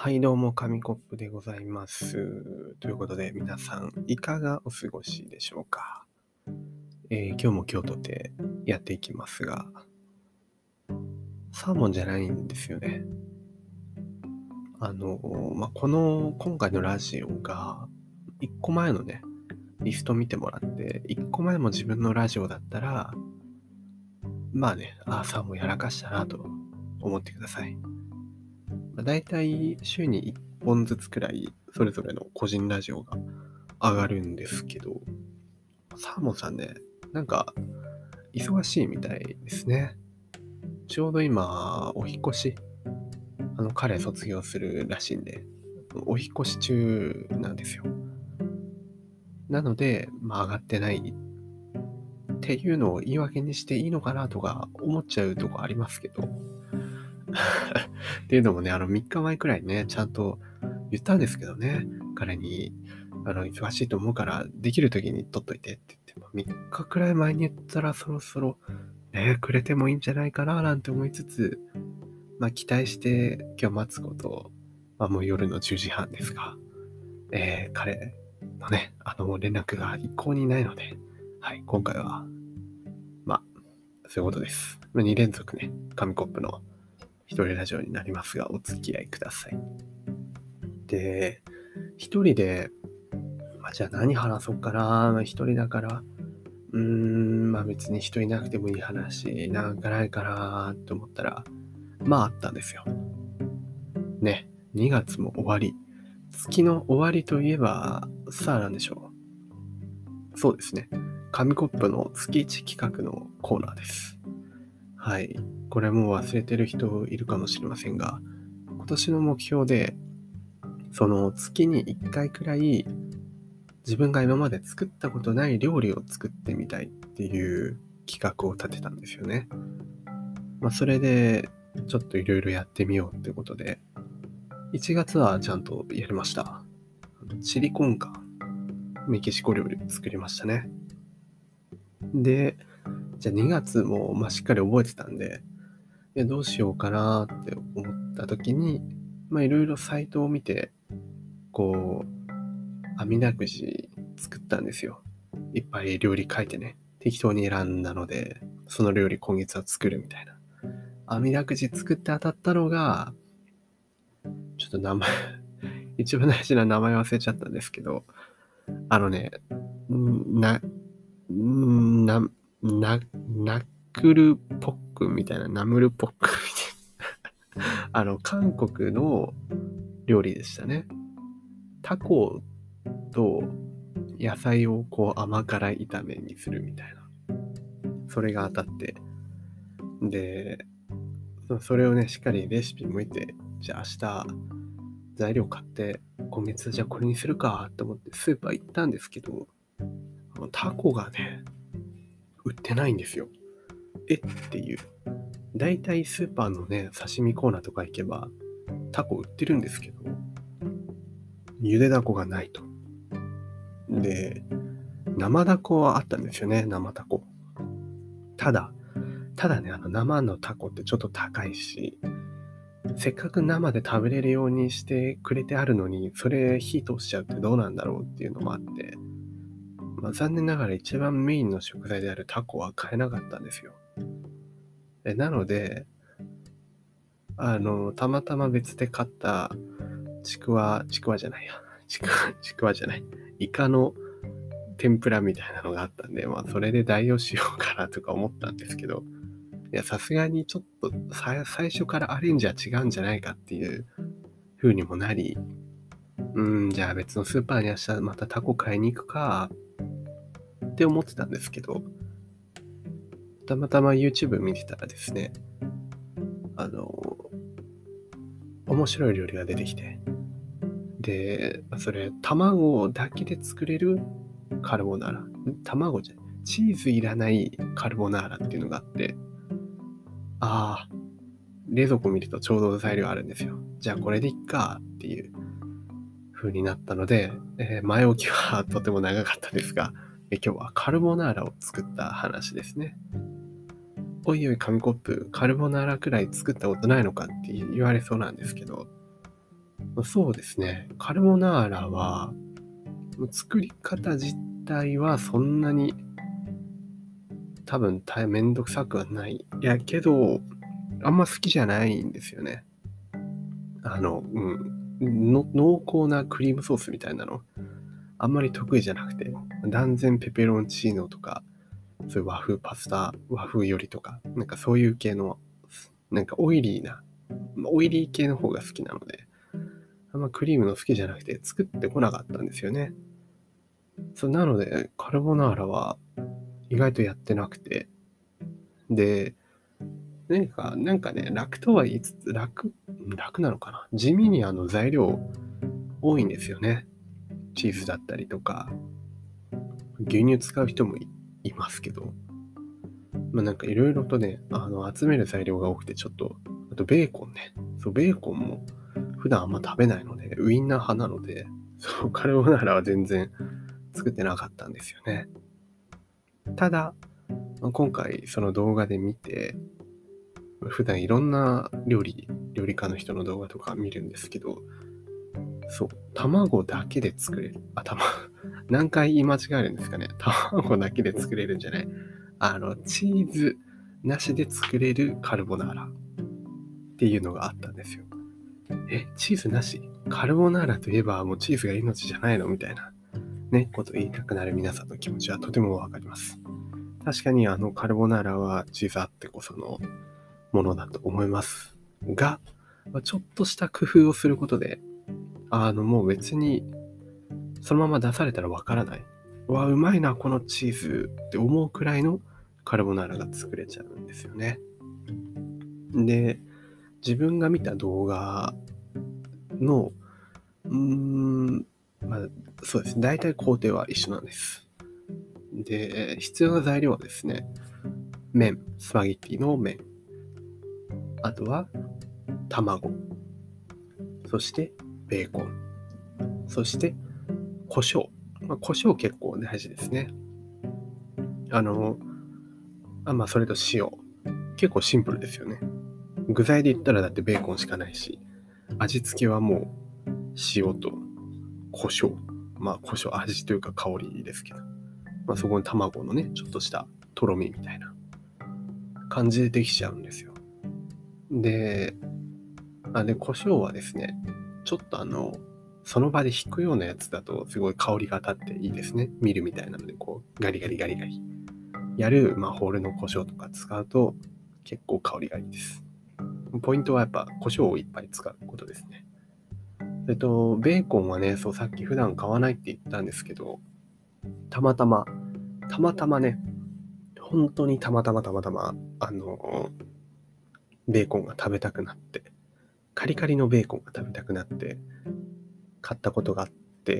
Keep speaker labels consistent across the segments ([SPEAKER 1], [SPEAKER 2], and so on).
[SPEAKER 1] はい、どうも、紙コップでございます。ということで、皆さん、いかがお過ごしでしょうか。今日も今日とてやっていきますが、サーモンじゃないんですよね。今回のラジオが、1個前のね、リスト見てもらって、1個前も自分のラジオだったら、サーモンやらかしたなと思ってください。だいたい週に1本ずつくらい、それぞれの個人ラジオが上がるんですけど、サーモンさんね、なんか忙しいみたいですね。ちょうど今、お引っ越し、彼卒業するらしいんで、お引っ越し中なんですよ。なので、上がってないっていうのを言い訳にしていいのかなとか思っちゃうとこありますけど。っていうのもね、3日前くらいね、ちゃんと言ったんですけどね、彼に、忙しいと思うから、できる時に撮っといてって言って、3日くらい前に言ったらそろそろ、くれてもいいんじゃないかななんて思いつつ、期待して今日待つこと、もう夜の10時半ですが、彼のね、連絡が一向にないので、はい、今回は、そういうことです。2連続ね、紙コップの一人ラジオになりますが、お付き合いください。で、一人で、じゃあ何話そうかな、一人だから、別に人いなくてもいい話なんかないかなと思ったら、あったんですよ。ね、2月も終わり。月の終わりといえば、さあ何でしょう。そうですね。紙コップの月1企画のコーナーです。はい。これもう忘れてる人いるかもしれませんが、今年の目標で、その月に1回くらい自分が今まで作ったことない料理を作ってみたいっていう企画を立てたんですよね。それでちょっといろいろやってみようってことで、1月はちゃんとやりました。チリコンカン、メキシコ料理を作りましたね。で、じゃあ2月もしっかり覚えてたんで、どうしようかなって思った時に、いろいろサイトを見て、網だくじ作ったんですよ。いっぱい料理書いてね、適当に選んだので、その料理今月は作るみたいな。網だくじ作って当たったのが、ちょっと名前一番大事な名前忘れちゃったんですけど、あのね、な、な、な、ナクルポックみたいな、ナムルポックみたいな。韓国の料理でしたね。タコと野菜を甘辛い炒めにするみたいな。それが当たって。で、それをね、しっかりレシピ向いて、じゃあ明日材料買って、今月じゃあこれにするかと思ってスーパー行ったんですけど、タコがね、売ってないんですよ。っていう。だいたいスーパーのね、刺身コーナーとか行けば、タコ売ってるんですけど、ゆでだこがないと。で、生ダコはあったんですよね、生タコ。ただね、生のタコってちょっと高いし、せっかく生で食べれるようにしてくれてあるのに、それ火通しちゃうってどうなんだろうっていうのもあって、残念ながら一番メインの食材であるタコは買えなかったんですよ。なので、たまたま別で買ったちくわじゃないや。ちくわじゃない。イカの天ぷらみたいなのがあったんで、それで代用しようかなとか思ったんですけど、いや、さすがにちょっと最初からアレンジは違うんじゃないかっていう風にもなり、じゃあ別のスーパーに明日またタコ買いに行くかって思ってたんですけど、たまたま YouTube 見てたらですね、面白い料理が出てきて、で、それ、卵だけで作れるカルボナーラ。卵じゃない。チーズいらないカルボナーラっていうのがあって、冷蔵庫見るとちょうど材料あるんですよ。じゃあこれでいっかっていう風になったので、前置きはとても長かったですが、今日はカルボナーラを作った話ですね。おいおい紙コップ、カルボナーラくらい作ったことないのかって言われそうなんですけど、 そうですね。カルボナーラは、作り方自体はそんなに多分めんどくさくはない。いや、けど、あんま好きじゃないんですよね。濃厚なクリームソースみたいなの、あんまり得意じゃなくて、断然ペペロンチーノとか、そういう和風パスタ、和風よりとか、なんかそういう系の、なんかオイリー系の方が好きなので、あんまクリームの好きじゃなくて作ってこなかったんですよね。そうなので、カルボナーラは意外とやってなくて、で、なんかね、楽とは言いつつ、楽なのかな。地味に材料多いんですよね。チーズだったりとか、牛乳使う人もいますけど、なんかいろいろとね、集める材料が多くてちょっと、あとベーコンね。そう、ベーコンも普段あんま食べないので、ウインナー派なので、そう、カルボナーラは全然作ってなかったんですよね。ただ、今回その動画で見て、普段いろんな料理家の人の動画とか見るんですけど、そう、卵だけで作れる。何回言い間違えるんですかね。卵だけで作れるんじゃない。チーズなしで作れるカルボナーラっていうのがあったんですよ。チーズなしカルボナーラといえばもうチーズが命じゃないのみたいなね、こと言いたくなる皆さんの気持ちはとてもわかります。確かにカルボナーラはチーズあってこそのものだと思いますが、ちょっとした工夫をすることで、もう別にそのまま出されたらわからない。うまいな、このチーズって思うくらいのカルボナーラが作れちゃうんですよね。で、自分が見た動画の、そうですね。大体工程は一緒なんです。で、必要な材料はですね、スパゲッティの麺。あとは、卵。そして、ベーコン。そして、胡椒。胡椒結構大事ですね。それと塩。結構シンプルですよね。具材で言ったらだってベーコンしかないし、味付けはもう塩と胡椒。胡椒味というか香りですけど。そこに卵のね、ちょっとしたとろみみたいな感じでできちゃうんですよ。で、胡椒はですね、ちょっとその場で引くようなやつだとすごい香りが立っていいですね。ミルみたいなのでこうガリガリガリガリやる、ホールの胡椒とか使うと結構香りがいいです。ポイントはやっぱ胡椒をいっぱい使うことですね。ベーコンはね、さっき普段買わないって言ったんですけど、たまたまね、本当にたまたま、ベーコンが食べたくなって、カリカリのベーコンが食べたくなって、買ったことがあって、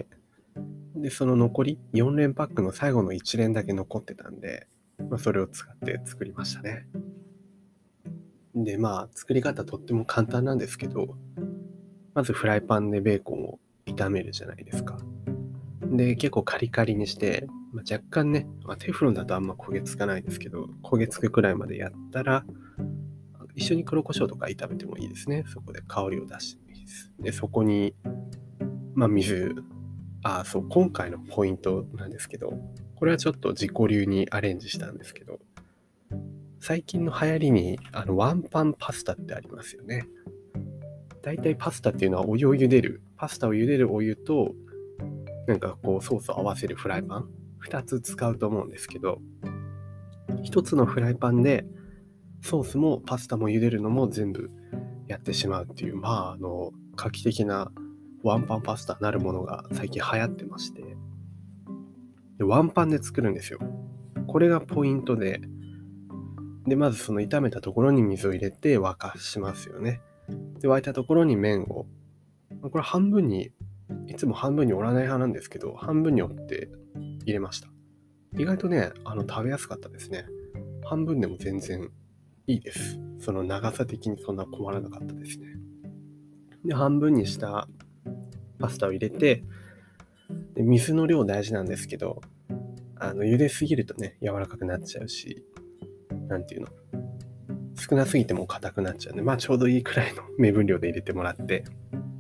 [SPEAKER 1] で、その残り4連パックの最後の1連だけ残ってたんで、それを使って作りましたね。で、作り方とっても簡単なんですけど、まずフライパンでベーコンを炒めるじゃないですか。で、結構カリカリにして、若干ね、テフロンだとあんま焦げつかないですけど、焦げつくくらいまでやったら、一緒に黒胡椒とか炒めてもいいですね。そこで香りを出してもいいです。で、そこに、水。今回のポイントなんですけど、これはちょっと自己流にアレンジしたんですけど、最近の流行りに、ワンパンパスタってありますよね。だいたいパスタっていうのはお湯を茹でる。パスタを茹でるお湯と、なんかこうソースを合わせるフライパン。2つ使うと思うんですけど、1つのフライパンでソースもパスタも茹でるのも全部やってしまうっていう、画期的なワンパンパスタなるものが最近流行ってまして、でワンパンで作るんですよ。これがポイントで、まずその炒めたところに水を入れて沸かしますよね。で、沸いたところに麺を、これ半分に、いつも半分に折らない派なんですけど、半分に折って入れました。意外とね、食べやすかったですね。半分でも全然いいです。その長さ的にそんな困らなかったですね。で、半分にしたパスタを入れて、で水の量大事なんですけど、茹ですぎるとね、柔らかくなっちゃうし、なんていうの、少なすぎても硬くなっちゃうんで、ちょうどいいくらいの目分量で入れてもらって、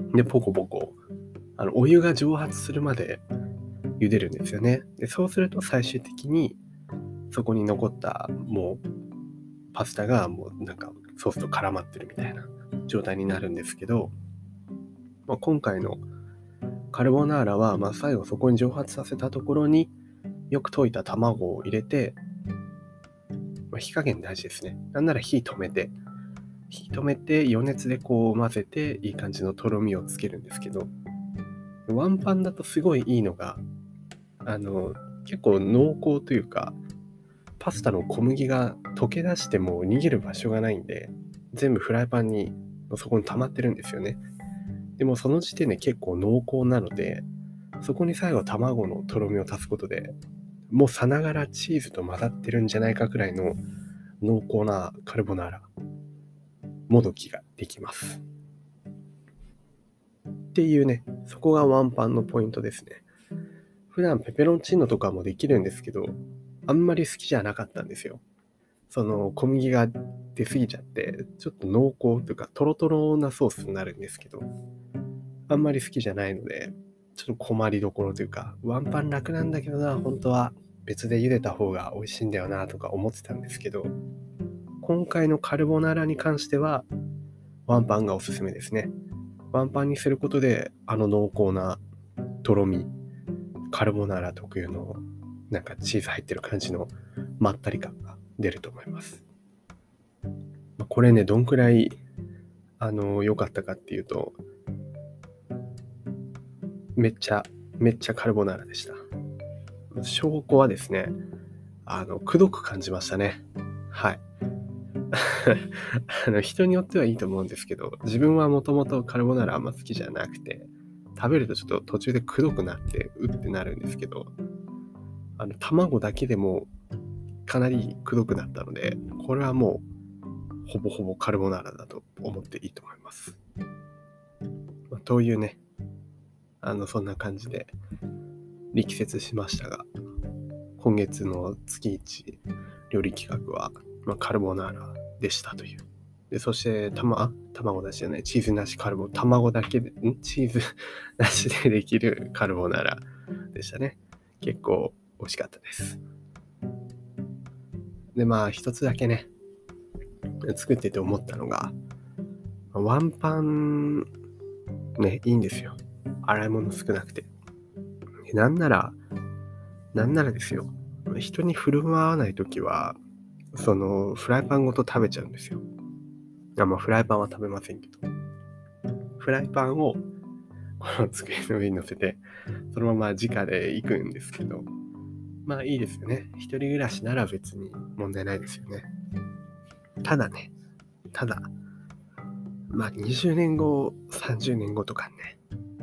[SPEAKER 1] で、ポコポコ、お湯が蒸発するまで茹でるんですよね。で、そうすると最終的に、そこに残ったもうパスタがもうなんかソースと絡まってるみたいな状態になるんですけど、今回のカルボナーラは、最後そこに蒸発させたところによく溶いた卵を入れて、火加減大事ですね。なんなら火止めて余熱でこう混ぜていい感じのとろみをつけるんですけど、ワンパンだとすごいいいのが、結構濃厚というか、パスタの小麦が溶け出しても逃げる場所がないんで、全部フライパンにそこに溜まってるんですよね。でもその時点で結構濃厚なので、そこに最後卵のとろみを足すことで、もうさながらチーズと混ざってるんじゃないかくらいの濃厚なカルボナーラもどきができますっていうね、そこがワンパンのポイントですね。普段ペペロンチーノとかもできるんですけど、あんまり好きじゃなかったんですよ。その小麦が出過ぎちゃって、ちょっと濃厚というかトロトロなソースになるんですけど、あんまり好きじゃないので、ちょっと困りどころというか、ワンパン楽なんだけどな、本当は別で茹でた方が美味しいんだよなとか思ってたんですけど、今回のカルボナーラに関してはワンパンがおすすめですね。ワンパンにすることで、濃厚なとろみ、カルボナーラ特有のなんかチーズ入ってる感じのまったり感が出ると思います。これね、どんくらい良かったかっていうと、めっちゃカルボナーラでした。証拠はですね、くどく感じましたね。はい。人によってはいいと思うんですけど、自分はもともとカルボナーラあんま好きじゃなくて、食べるとちょっと途中でくどくなってうってなるんですけど、卵だけでもかなりくどくなったので、これはもうほぼほぼカルボナーラだと思っていいと思います。というね、そんな感じで力説しましたが、今月の月1料理企画は、カルボナーラでしたという。で、そして卵なしじゃない、チーズなしカルボ、卵だけで、チーズなしでできるカルボナーラでしたね。結構美味しかったです。で、一つだけね、作ってて思ったのが、ワンパンね、いいんですよ。洗い物少なくて。なんならですよ。人に振る舞わないときは、そのフライパンごと食べちゃうんですよ。フライパンは食べませんけど。フライパンをこの机の上に乗せて、そのまま直で行くんですけど、いいですよね。一人暮らしなら別に問題ないですよね。ただ、20年後、30年後とかね、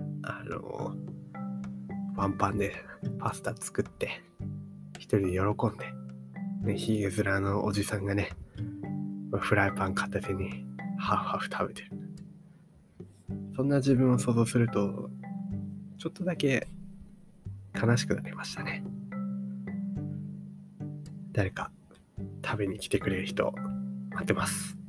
[SPEAKER 1] ワンパンでパスタ作って、一人で喜んで、ね、ヒゲ面のおじさんがね、フライパン片手にハフハフ食べてる。そんな自分を想像すると、ちょっとだけ悲しくなりましたね。誰か食べに来てくれる人待ってます。